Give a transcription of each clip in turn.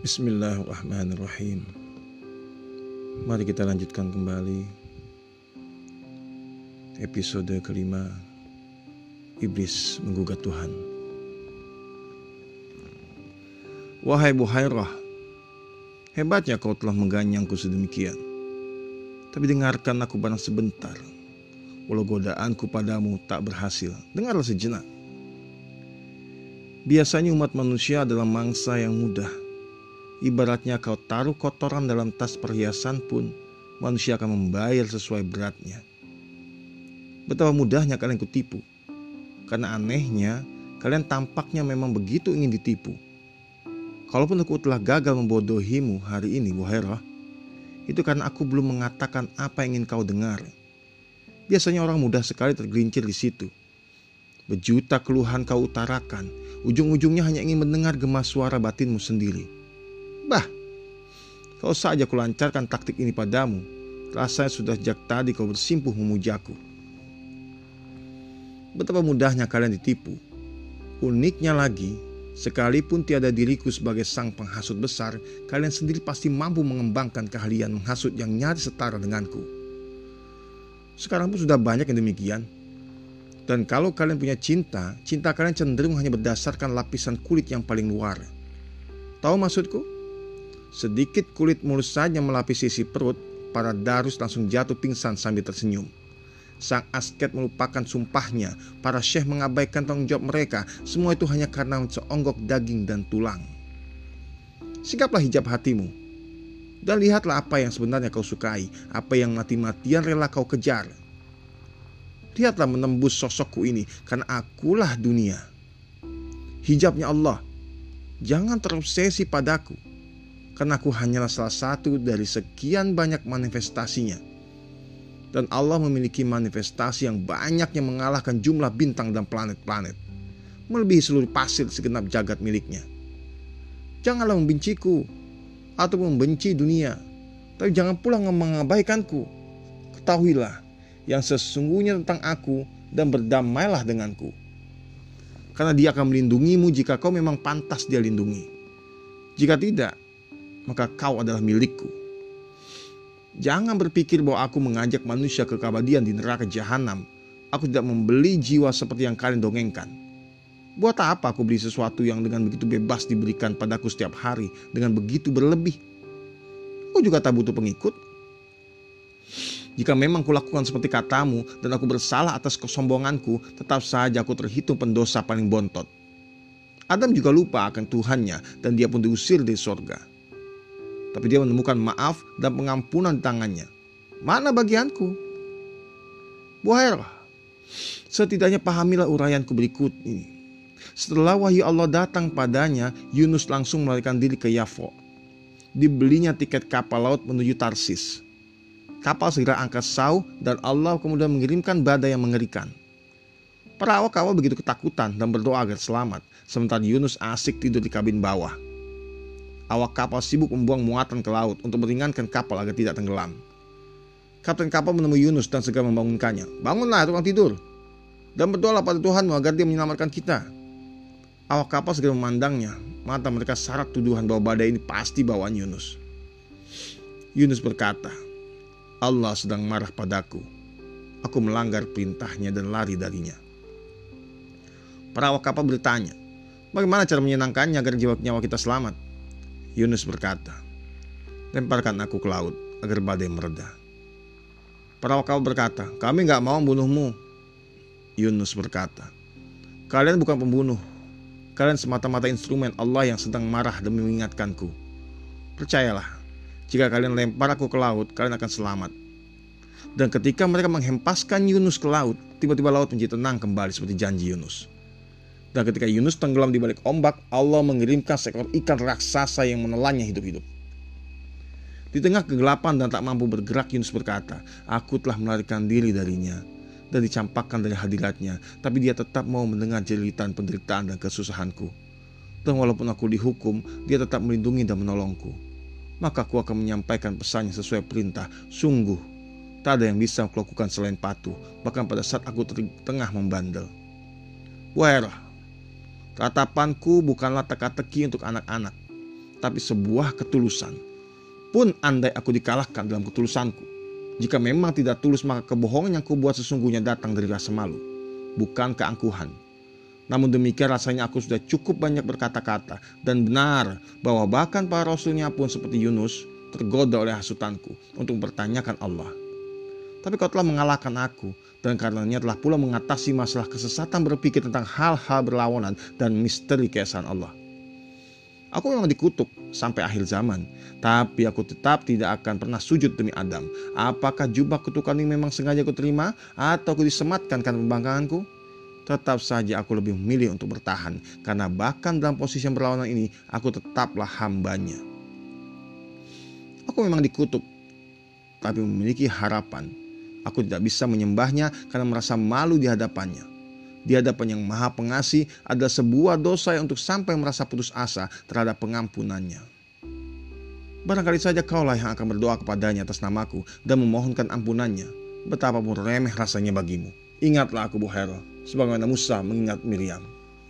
Bismillahirrahmanirrahim. Mari kita lanjutkan kembali episode kelima, Iblis Menggugat Tuhan. Wahai Buhairah, hebatnya kau telah mengganyangku sedemikian. Tapi dengarkan aku barang sebentar. Walau godaanku padamu tak berhasil, dengarlah sejenak. Biasanya umat manusia adalah mangsa yang mudah. Ibaratnya kau taruh kotoran dalam tas perhiasan pun, manusia akan membayar sesuai beratnya. Betapa mudahnya kalian kutipu. Karena anehnya, kalian tampaknya memang begitu ingin ditipu. Kalaupun aku telah gagal membodohimu hari ini, Buhairah, itu karena aku belum mengatakan apa yang ingin kau dengar. Biasanya orang mudah sekali tergelincir di situ. Berjuta keluhan kau utarakan, ujung-ujungnya hanya ingin mendengar gema suara batinmu sendiri. Bah, kalau saja kulancarkan taktik ini padamu, rasanya sudah sejak tadi kau bersimpuh memujaku. Betapa mudahnya kalian ditipu. Uniknya lagi, sekalipun tiada diriku sebagai sang penghasut besar, kalian sendiri pasti mampu mengembangkan keahlian menghasut yang nyaris setara denganku. Sekarang pun sudah banyak yang demikian. Dan kalau kalian punya cinta kalian cenderung hanya berdasarkan lapisan kulit yang paling luar. Tahu maksudku? Sedikit kulit mulus saja melapisi isi perut, para darus langsung jatuh pingsan sambil tersenyum. Sang asket melupakan sumpahnya, para syekh mengabaikan tanggung jawab mereka, semua itu hanya karena seonggok daging dan tulang. Sikaplah hijab hatimu, dan lihatlah apa yang sebenarnya kau sukai, apa yang mati-matian rela kau kejar. Lihatlah menembus sosokku ini, karena akulah dunia. Hijabnya Allah, jangan terobsesi padaku, karena aku hanyalah salah satu dari sekian banyak manifestasinya. Dan Allah memiliki manifestasi yang banyak yang mengalahkan jumlah bintang dan planet-planet, melebihi seluruh pasir segenap jagat miliknya. Janganlah membenciku atau membenci dunia, tapi jangan pula mengabaikanku. Ketahuilah yang sesungguhnya tentang aku dan berdamailah denganku. Karena dia akan melindungimu jika kau memang pantas dia lindungi. Jika tidak, maka kau adalah milikku. Jangan berpikir bahwa aku mengajak manusia ke keabadian di neraka jahanam. Aku tidak membeli jiwa seperti yang kalian dongengkan. Buat apa aku beli sesuatu yang dengan begitu bebas diberikan padaku setiap hari, dengan begitu berlebih? Aku juga tak butuh pengikut. Jika memang kulakukan seperti katamu dan aku bersalah atas kesombonganku, tetap saja aku terhitung pendosa paling bontot. Adam juga lupa akan Tuhannya dan dia pun diusir dari surga. Tapi dia menemukan maaf dan pengampunan di tangannya. Mana bagianku? Buhairah, setidaknya pahamilah uraianku berikut ini. Setelah wahyu Allah datang padanya, Yunus langsung melarikan diri ke Yafo. Dibelinya tiket kapal laut menuju Tarsis. Kapal segera angkat sau dan Allah kemudian mengirimkan badai yang mengerikan. Para awak kapal begitu ketakutan dan berdoa agar selamat, sementara Yunus asik tidur di kabin bawah. Awak kapal sibuk membuang muatan ke laut untuk meringankan kapal agar tidak tenggelam. Kapten kapal menemui Yunus dan segera membangunkannya. Bangunlah tukang tidur, dan berdoalah pada Tuhanmu agar dia menyelamatkan kita. Awak kapal segera memandangnya. Mata mereka syarat tuduhan bahwa badai ini pasti bawaan Yunus. Yunus berkata, Allah sedang marah padaku. Aku melanggar perintahnya dan lari darinya. Para awak kapal bertanya, bagaimana cara menyenangkannya agar nyawa kita selamat? Yunus berkata, lemparkan aku ke laut agar badai mereda. Para awak kapal berkata, kami gak mau membunuhmu. Yunus berkata, kalian bukan pembunuh. Kalian semata-mata instrumen Allah yang sedang marah dan mengingatkanku. Percayalah, jika kalian lempar aku ke laut, kalian akan selamat. Dan ketika mereka menghempaskan Yunus ke laut, tiba-tiba laut menjadi tenang kembali seperti janji Yunus. Dan ketika Yunus tenggelam di balik ombak, Allah mengirimkan seekor ikan raksasa yang menelannya hidup-hidup. Di tengah kegelapan dan tak mampu bergerak, Yunus berkata, aku telah melarikan diri darinya dan dicampakkan dari hadiratnya, tapi dia tetap mau mendengar jeritan penderitaan dan kesusahanku. Dan walaupun aku dihukum, dia tetap melindungi dan menolongku. Maka aku akan menyampaikan pesannya sesuai perintah. Sungguh, tak ada yang bisa aku lakukan selain patuh, bahkan pada saat aku tengah membandel. Buhairah, ratapanku bukanlah teka-teki untuk anak-anak. tapi sebuah ketulusan. Pun andai aku dikalahkan dalam ketulusanku, jika memang tidak tulus maka kebohongan yang kubuat sesungguhnya datang dari rasa malu, bukan keangkuhan. Namun demikian rasanya aku sudah cukup banyak berkata-kata, dan benar bahwa bahkan para rasulnya pun seperti Yunus tergoda oleh hasutanku untuk mempertanyakan Allah. Tapi kau telah mengalahkan aku, dan karenanya telah pula mengatasi masalah kesesatan berpikir tentang hal-hal berlawanan dan misteri keesaan Allah. Aku memang dikutuk sampai akhir zaman, tapi aku tetap tidak akan pernah sujud demi Adam. Apakah jubah kutukan ini memang sengaja aku terima, atau aku disematkan karena pembangkanganku? Tetap saja aku lebih memilih untuk bertahan, karena bahkan dalam posisi yang berlawanan ini, aku tetaplah hambanya. Aku memang dikutuk, tapi memiliki harapan. Aku tidak bisa menyembahnya karena merasa malu di hadapannya. Di hadapan yang maha pengasih adalah sebuah dosa yang untuk sampai merasa putus asa terhadap pengampunannya. Barangkali saja kaulah yang akan berdoa kepadanya atas namaku dan memohonkan ampunannya. Betapapun remeh rasanya bagimu. Ingatlah aku Buhairah, sebagaimana Musa mengingat Miriam.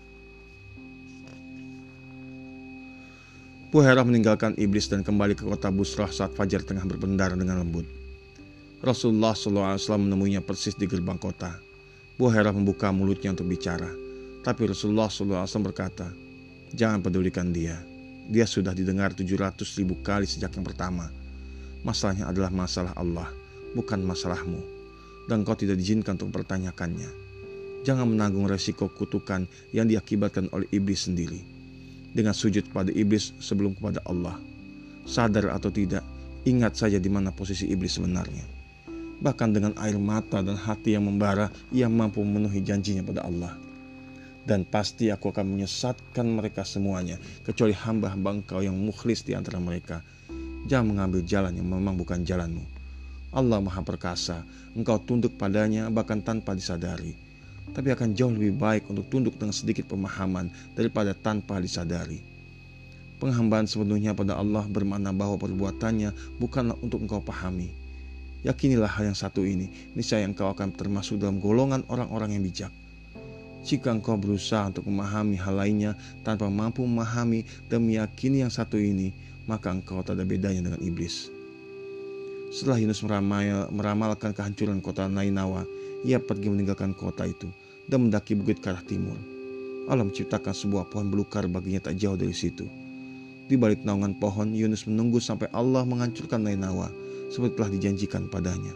Buhairah meninggalkan iblis dan kembali ke kota Busrah saat fajar tengah berpendar dengan lembut. Rasulullah SAW menemuinya persis di gerbang kota. Buhairah membuka mulutnya untuk bicara, tapi Rasulullah SAW berkata, "Jangan pedulikan dia. Dia sudah didengar 700.000 kali sejak yang pertama. Masalahnya adalah masalah Allah, bukan masalahmu. Dan kau tidak diizinkan untuk mempertanyakannya. Jangan menanggung resiko kutukan yang diakibatkan oleh iblis sendiri dengan sujud pada iblis sebelum kepada Allah. Sadar atau tidak, ingat saja di mana posisi iblis sebenarnya. Bahkan dengan air mata dan hati yang membara, ia mampu memenuhi janjinya pada Allah. Dan pasti aku akan menyesatkan mereka semuanya, kecuali hamba-hamba engkau yang mukhlis di antara mereka. Jangan mengambil jalan yang memang bukan jalanmu. Allah Maha Perkasa, engkau tunduk padanya bahkan tanpa disadari. Tapi akan jauh lebih baik untuk tunduk dengan sedikit pemahaman daripada tanpa disadari. Penghambaan sepenuhnya pada Allah bermakna bahwa perbuatannya bukanlah untuk engkau pahami. Yakinilah hal yang satu ini, niscaya engkau akan termasuk dalam golongan orang-orang yang bijak. Jika engkau berusaha untuk memahami hal lainnya tanpa mampu memahami dan meyakini yang satu ini, maka engkau tak ada bedanya dengan iblis." Setelah Yunus meramalkan kehancuran kota Nainawa, ia pergi meninggalkan kota itu dan mendaki bukit ke arah timur. Allah menciptakan sebuah pohon belukar baginya tak jauh dari situ. Di balik naungan pohon, Yunus menunggu sampai Allah menghancurkan Nainawa seperti telah dijanjikan padanya.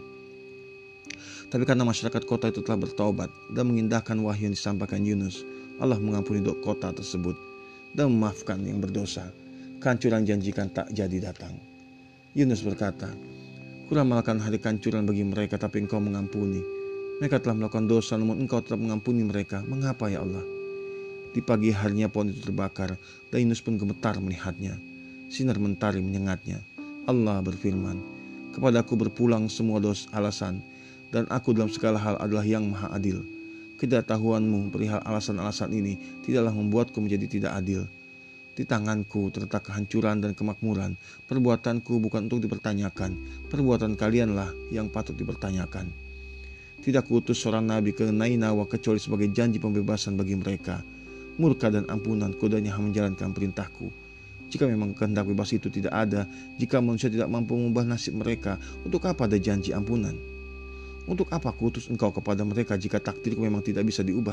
Tapi karena masyarakat kota itu telah bertaubat dan mengindahkan wahyu yang disampaikan Yunus, Allah mengampuni kota tersebut dan memaafkan yang berdosa. Kehancuran janjikan tak jadi datang. Yunus berkata, "Kuramalkan hari kehancuran bagi mereka, tapi engkau mengampuni. Mereka telah melakukan dosa, namun engkau tetap mengampuni mereka. Mengapa ya Allah?" Di pagi harinya pohon itu terbakar, dan Yunus pun gemetar melihatnya. Sinar mentari menyengatnya. Allah berfirman, "Kepadaku berpulang semua dosa alasan, dan aku dalam segala hal adalah yang maha adil. Ketidaktahuanmu perihal alasan-alasan ini tidaklah membuatku menjadi tidak adil. Di tanganku terletak kehancuran dan kemakmuran. Perbuatanku bukan untuk dipertanyakan. Perbuatan kalianlah yang patut dipertanyakan. Tidak kuutus seorang nabi ke Nainawa kecuali sebagai janji pembebasan bagi mereka. Murka dan ampunan kodanya menjalankan perintahku. Jika memang kehendak bebas itu tidak ada, jika manusia tidak mampu mengubah nasib mereka, untuk apa ada janji ampunan? Untuk apa kuutus engkau kepada mereka jika takdirku memang tidak bisa diubah?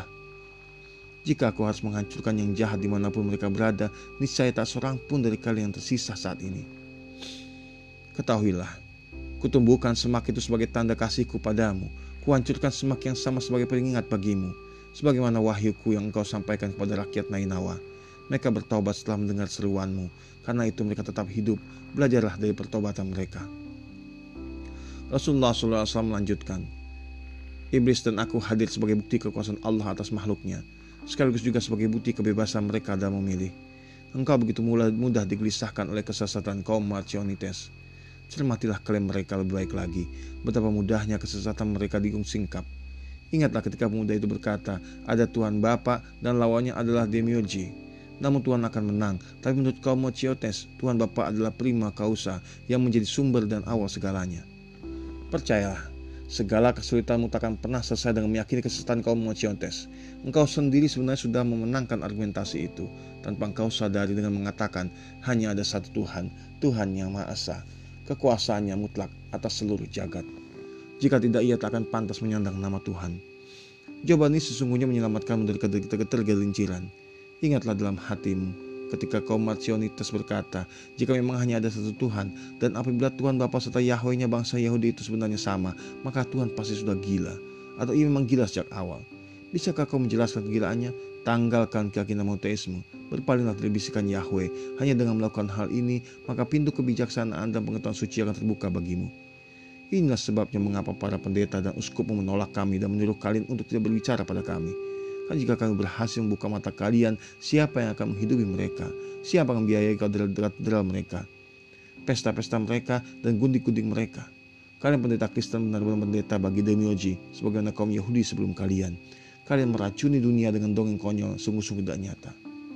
Jika aku harus menghancurkan yang jahat dimanapun mereka berada, niscaya tak seorang pun dari kalian yang tersisa saat ini. Ketahuilah, kutumbuhkan semak itu sebagai tanda kasihku padamu. Kuhancurkan semak yang sama sebagai pengingat bagimu. Sebagaimana wahyuku yang engkau sampaikan kepada rakyat Nainawa. Mereka bertaubat setelah mendengar seruanmu. Karena itu mereka tetap hidup. Belajarlah dari pertobatan mereka." Rasulullah SAW melanjutkan, "Iblis dan aku hadir sebagai bukti kekuasaan Allah atas makhluknya, sekaligus juga sebagai bukti kebebasan mereka dalam memilih. Engkau begitu mudah digelisahkan oleh kesesatan kaum Marcionites. Cermatilah klaim mereka lebih baik lagi, betapa mudahnya kesesatan mereka digungsingkap. Ingatlah ketika pemuda itu berkata, ada Tuhan Bapa dan lawannya adalah Demiurgi. Namun Tuhan akan menang, tapi menurut kaum Marcionis, Tuhan Bapa adalah prima causa yang menjadi sumber dan awal segalanya. Percayalah, Segala kesulitanmu takkan pernah selesai dengan meyakini kesesatan kaum Marciones. Engkau sendiri sebenarnya sudah memenangkan argumentasi itu tanpa engkau sadari dengan mengatakan hanya ada satu Tuhan, Tuhan yang Maha Esa, kekuasaannya mutlak atas seluruh jagat. Jika tidak, ia tak akan pantas menyandang nama Tuhan. Jawaban ini sesungguhnya menyelamatkanmu dari ketergelinciran. Ingatlah dalam hatimu ketika kaum Marcionites berkata, jika memang hanya ada satu Tuhan, dan apabila Tuhan Bapa serta Yahweh-nya bangsa Yahudi itu sebenarnya sama, maka Tuhan pasti sudah gila, atau ia memang gila sejak awal. Bisakah kau menjelaskan kegilaannya? Tanggalkan keyakinan monoteisme, berpalinglah dari bisikan Yahweh. Hanya dengan melakukan hal ini, maka pintu kebijaksanaan dan pengetahuan suci akan terbuka bagimu. Inilah sebabnya mengapa para pendeta dan uskup menolak kami dan menyuruh kalian untuk tidak berbicara pada kami. Kan jika kami berhasil membuka mata kalian, siapa yang akan menghidupi mereka? Siapa yang membiayai deral mereka, pesta-pesta mereka, dan gundik-gundik mereka? Kalian pendeta Kristen benar-benar pendeta bagi demiurgi, sebagaimana kaum Yahudi sebelum kalian. Kalian meracuni dunia dengan dongeng konyol, sungguh-sungguh tidak nyata.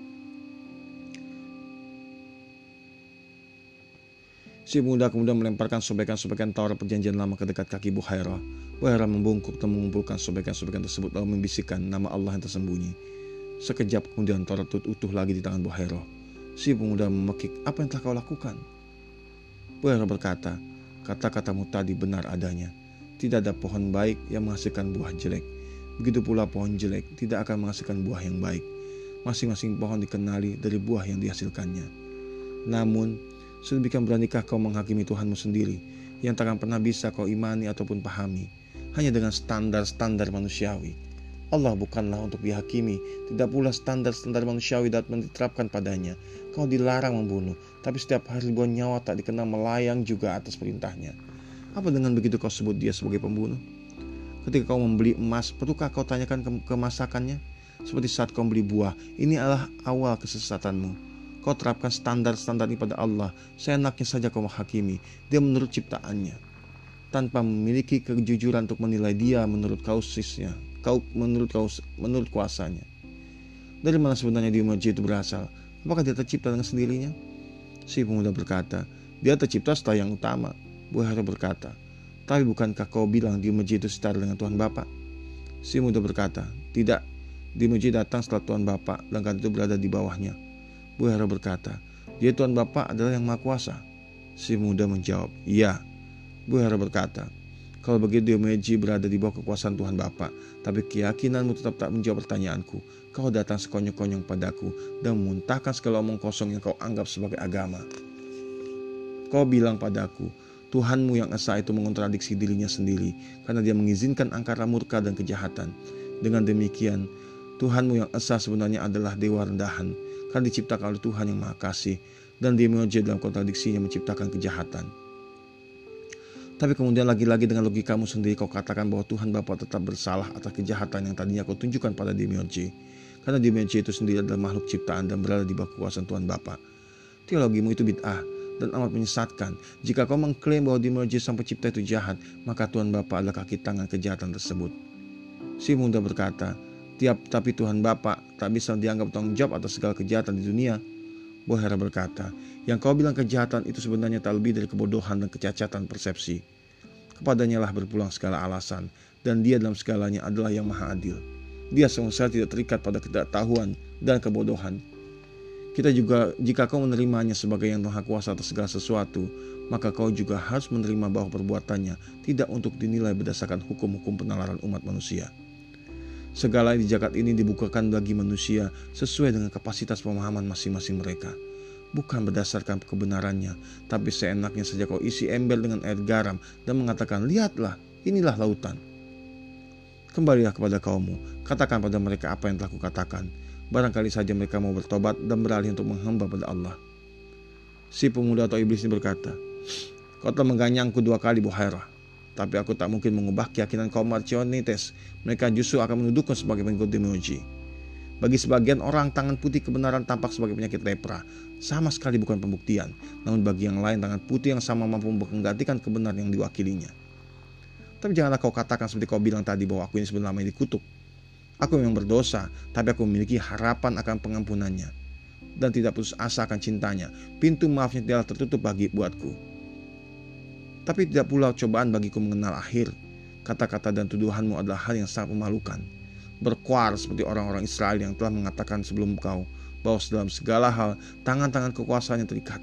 Si pemuda kemudian melemparkan sobekan-sobekan Taurat perjanjian lama ke dekat kaki Buhaira. Buhaira membungkuk dan mengumpulkan sobekan-sobekan tersebut lalu membisikkan nama Allah yang tersembunyi. Sekejap kemudian Taurat utuh lagi di tangan Buhaira. Si pemuda memekik, apa yang telah kau lakukan? Buhaira berkata, kata-katamu tadi benar adanya. Tidak ada pohon baik yang menghasilkan buah jelek. Begitu pula pohon jelek tidak akan menghasilkan buah yang baik. Masing-masing pohon dikenali dari buah yang dihasilkannya. Namun, sedemikian beranikah kau menghakimi Tuhanmu sendiri, yang takkan pernah bisa kau imani ataupun pahami, hanya dengan standar-standar manusiawi. Allah bukanlah untuk dihakimi, tidak pula standar-standar manusiawi dapat diterapkan padanya. Kau dilarang membunuh, tapi setiap hari ribuan nyawa tak dikenal melayang juga atas perintahnya. Apa dengan begitu kau sebut dia sebagai pembunuh? Ketika kau membeli emas, perlukah kau tanyakan kemasakannya? Seperti saat kau membeli buah, ini adalah awal kesesatanmu. Kau terapkan standar-standar ini pada Allah, seenaknya saja kau menghakimi dia menurut ciptaannya, tanpa memiliki kejujuran untuk menilai dia menurut kausisnya, menurut kuasanya. Dari mana sebenarnya demiurgi itu berasal? Apakah dia tercipta dengan sendirinya? Si pemuda berkata, dia tercipta setelah yang utama. Buhaira berkata, tapi bukankah kau bilang demiurgi itu setara dengan Tuhan Bapa? Si pemuda berkata, tidak, demiurgi datang setelah Tuhan Bapa, sedangkan itu berada di bawahnya. Buhaira berkata, dia Tuhan Bapa adalah yang Maha Kuasa. Si muda menjawab, iya. Buhaira berkata, kalau begitu demiurgi berada di bawah kekuasaan Tuhan Bapa, tapi keyakinanmu tetap tak menjawab pertanyaanku. Kau datang sekonyong-konyong padaku dan memuntahkan segala omong kosong yang kau anggap sebagai agama. Kau bilang padaku, Tuhanmu yang esa itu mengontradiksi dirinya sendiri, karena dia mengizinkan angkara murka dan kejahatan. Dengan demikian, Tuhanmu yang esa sebenarnya adalah dewa rendahan, kan diciptakan oleh Tuhan yang Maha Kasih, dan demiurgi dalam kontradiksinya menciptakan kejahatan. Tapi kemudian lagi-lagi dengan logikamu sendiri kau katakan bahwa Tuhan Bapa tetap bersalah atas kejahatan yang tadinya kau tunjukkan pada demiurgi, karena demiurgi itu sendiri adalah makhluk ciptaan dan berada di bawah kekuasaan Tuhan Bapa. Teologimu itu bid'ah dan amat menyesatkan. Jika kau mengklaim bahwa demiurgi sang pencipta itu jahat, maka Tuhan Bapa adalah kaki tangan kejahatan tersebut. Si muda berkata, tapi Tuhan Bapa tak bisa dianggap tanggung jawab atas segala kejahatan di dunia. Buhaira berkata, yang kau bilang kejahatan itu sebenarnya tak lebih dari kebodohan dan kecacatan persepsi. Kepadanya lah berpulang segala alasan, dan dia dalam segalanya adalah yang maha adil. Dia sama sekali tidak terikat pada ketidaktahuan dan kebodohan. Kita juga, jika kau menerimanya sebagai yang maha kuasa atas segala sesuatu, maka kau juga harus menerima bahwa perbuatannya tidak untuk dinilai berdasarkan hukum-hukum penalaran umat manusia. Segala di jagat ini dibukakan bagi manusia sesuai dengan kapasitas pemahaman masing-masing mereka, bukan berdasarkan kebenarannya, tapi seenaknya saja kau isi ember dengan air garam dan mengatakan, lihatlah, inilah lautan. Kembalilah kepada kaummu, katakan pada mereka apa yang telah kukatakan. Barangkali saja mereka mau bertobat dan beralih untuk menghamba pada Allah. Si pemuda atau iblis ini berkata, kau telah mengganyangku 2 kali, Buhaira. Tapi aku tak mungkin mengubah keyakinan kaum Marcionites. Mereka justru akan menuduhku sebagai pengikut demiurgi. Bagi sebagian orang, tangan putih kebenaran tampak sebagai penyakit lepra. Sama sekali bukan pembuktian. Namun bagi yang lain, tangan putih yang sama mampu menggantikan kebenaran yang diwakilinya. Tapi janganlah kau katakan seperti kau bilang tadi bahwa aku ini sebenarnya dikutuk. Aku memang berdosa, tapi aku memiliki harapan akan pengampunannya. Dan tidak putus asa akan cintanya. Pintu maafnya tidaklah tertutup buatku. Tapi tidak pula cobaan bagiku mengenal akhir. Kata-kata dan tuduhanmu adalah hal yang sangat memalukan. Berkuar seperti orang-orang Israel yang telah mengatakan sebelum kau bahwa dalam segala hal tangan-tangan kekuasaannya terikat.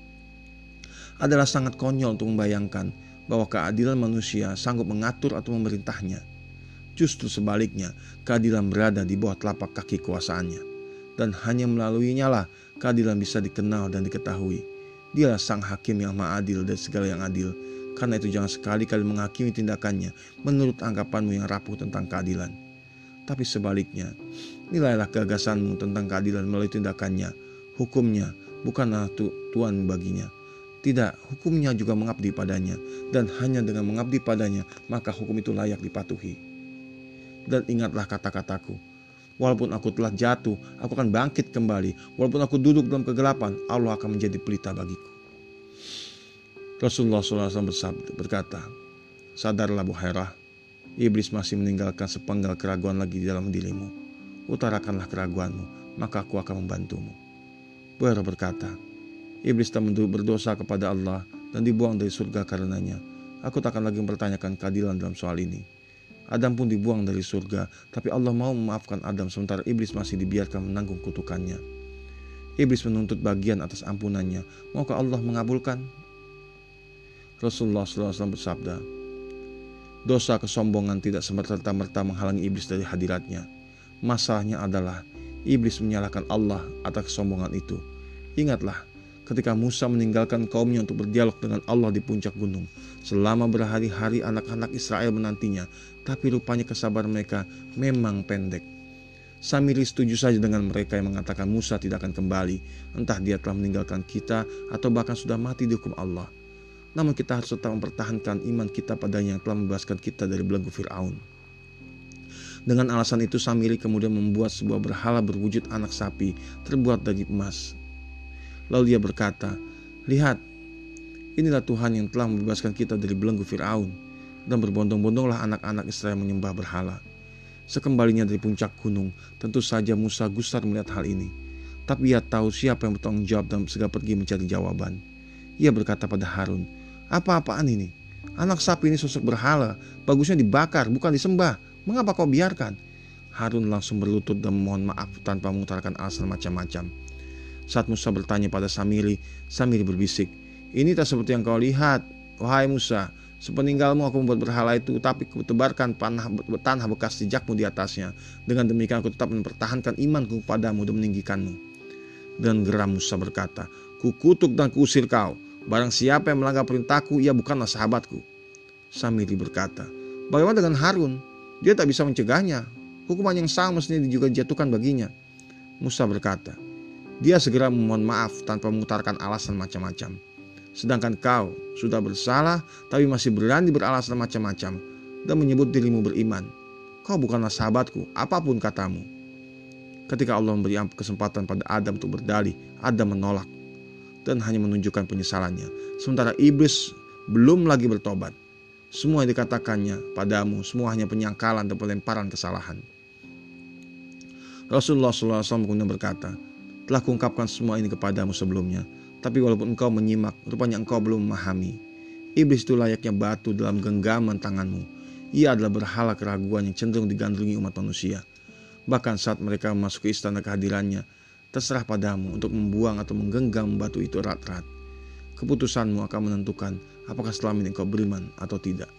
Adalah sangat konyol untuk membayangkan bahwa keadilan manusia sanggup mengatur atau memerintahnya. Justru sebaliknya, keadilan berada di bawah telapak kaki kuasaannya. Dan hanya melaluinya lah keadilan bisa dikenal dan diketahui. Dialah sang hakim yang maha adil dan segala yang adil. Karena itu jangan sekali-kali menghakimi tindakannya menurut anggapanmu yang rapuh tentang keadilan. Tapi sebaliknya, nilailah gagasanmu tentang keadilan melalui tindakannya. Hukumnya bukanlah tuan baginya. Tidak, hukumnya juga mengabdi padanya. Dan hanya dengan mengabdi padanya, maka hukum itu layak dipatuhi. Dan ingatlah kata-kataku. Walaupun aku telah jatuh, aku akan bangkit kembali. Walaupun aku duduk dalam kegelapan, Allah akan menjadi pelita bagiku. Rasulullah SAW berkata, sadarlah Buhairah, iblis masih meninggalkan sepenggal keraguan lagi di dalam dirimu. Utarakanlah keraguanmu, maka aku akan membantumu. Buhairah berkata, iblis telah berdosa kepada Allah dan dibuang dari surga karenanya. Aku tak akan lagi mempertanyakan keadilan dalam soal ini. Adam pun dibuang dari surga, tapi Allah mau memaafkan Adam sementara iblis masih dibiarkan menanggung kutukannya. Iblis menuntut bagian atas ampunannya. Maukah Allah mengabulkan? Rasulullah SAW bersabda, dosa kesombongan tidak semerta-merta menghalangi iblis dari hadiratnya. Masalahnya adalah iblis menyalahkan Allah atas kesombongan itu. Ingatlah, ketika Musa meninggalkan kaumnya untuk berdialog dengan Allah di puncak gunung. Selama berhari-hari anak-anak Israel menantinya, tapi rupanya kesabaran mereka memang pendek. Samiri setuju saja dengan mereka yang mengatakan Musa tidak akan kembali, entah dia telah meninggalkan kita atau bahkan sudah mati di hukum Allah. Namun kita harus tetap mempertahankan iman kita padanya yang telah membebaskan kita dari belenggu Fir'aun. Dengan alasan itu Samiri kemudian membuat sebuah berhala berwujud anak sapi terbuat dari emas. Lalu dia berkata, lihat, inilah Tuhan yang telah membebaskan kita dari belenggu Fir'aun. Dan berbondong-bondonglah anak-anak Israel menyembah berhala. Sekembalinya dari puncak gunung, tentu saja Musa gusar melihat hal ini. Tapi ia tahu siapa yang bertanggung jawab dan segera pergi mencari jawaban. Ia berkata pada Harun, apa-apaan ini? Anak sapi ini sosok berhala, bagusnya dibakar, bukan disembah. Mengapa kau biarkan? Harun langsung berlutut dan memohon maaf tanpa mengutarakan alasan macam-macam. Saat Musa bertanya pada Samiri, Samiri berbisik, ini tak seperti yang kau lihat, wahai Musa. Sepeninggalmu aku membuat berhala itu, tapi kutebarkan tanah bekas jejakmu di atasnya. Dengan demikian aku tetap mempertahankan imanku padamu dan meninggikanmu. Dan geram Musa berkata, kukutuk dan kuusir kau. Barang siapa yang melanggar perintahku, ia bukanlah sahabatku. Samiri berkata, bagaimana dengan Harun? Dia tak bisa mencegahnya. Hukuman yang sama mestinya juga dijatuhkan baginya. Musa berkata, dia segera memohon maaf tanpa mengutarakan alasan macam-macam. Sedangkan kau sudah bersalah tapi masih berani beralasan macam-macam dan menyebut dirimu beriman. Kau bukanlah sahabatku, apapun katamu. Ketika Allah memberi kesempatan pada Adam untuk berdalih, Adam menolak dan hanya menunjukkan penyesalannya. Sementara iblis belum lagi bertobat. Semua yang dikatakannya padamu, semua hanya penyangkalan dan pelemparan kesalahan. Rasulullah SAW kemudian berkata, telah kuungkapkan semua ini kepadamu sebelumnya. Tapi walaupun engkau menyimak, rupanya engkau belum memahami. Iblis itu layaknya batu dalam genggaman tanganmu. Ia adalah berhala keraguan yang cenderung digandrungi umat manusia. Bahkan saat mereka memasuki istana kehadirannya, terserah padamu untuk membuang atau menggenggam batu itu erat-erat. Keputusanmu akan menentukan apakah selama ini engkau beriman atau tidak.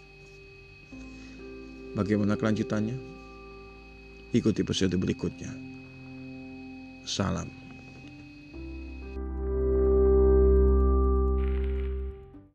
Bagaimana kelanjutannya? Ikuti episode berikutnya. Salam.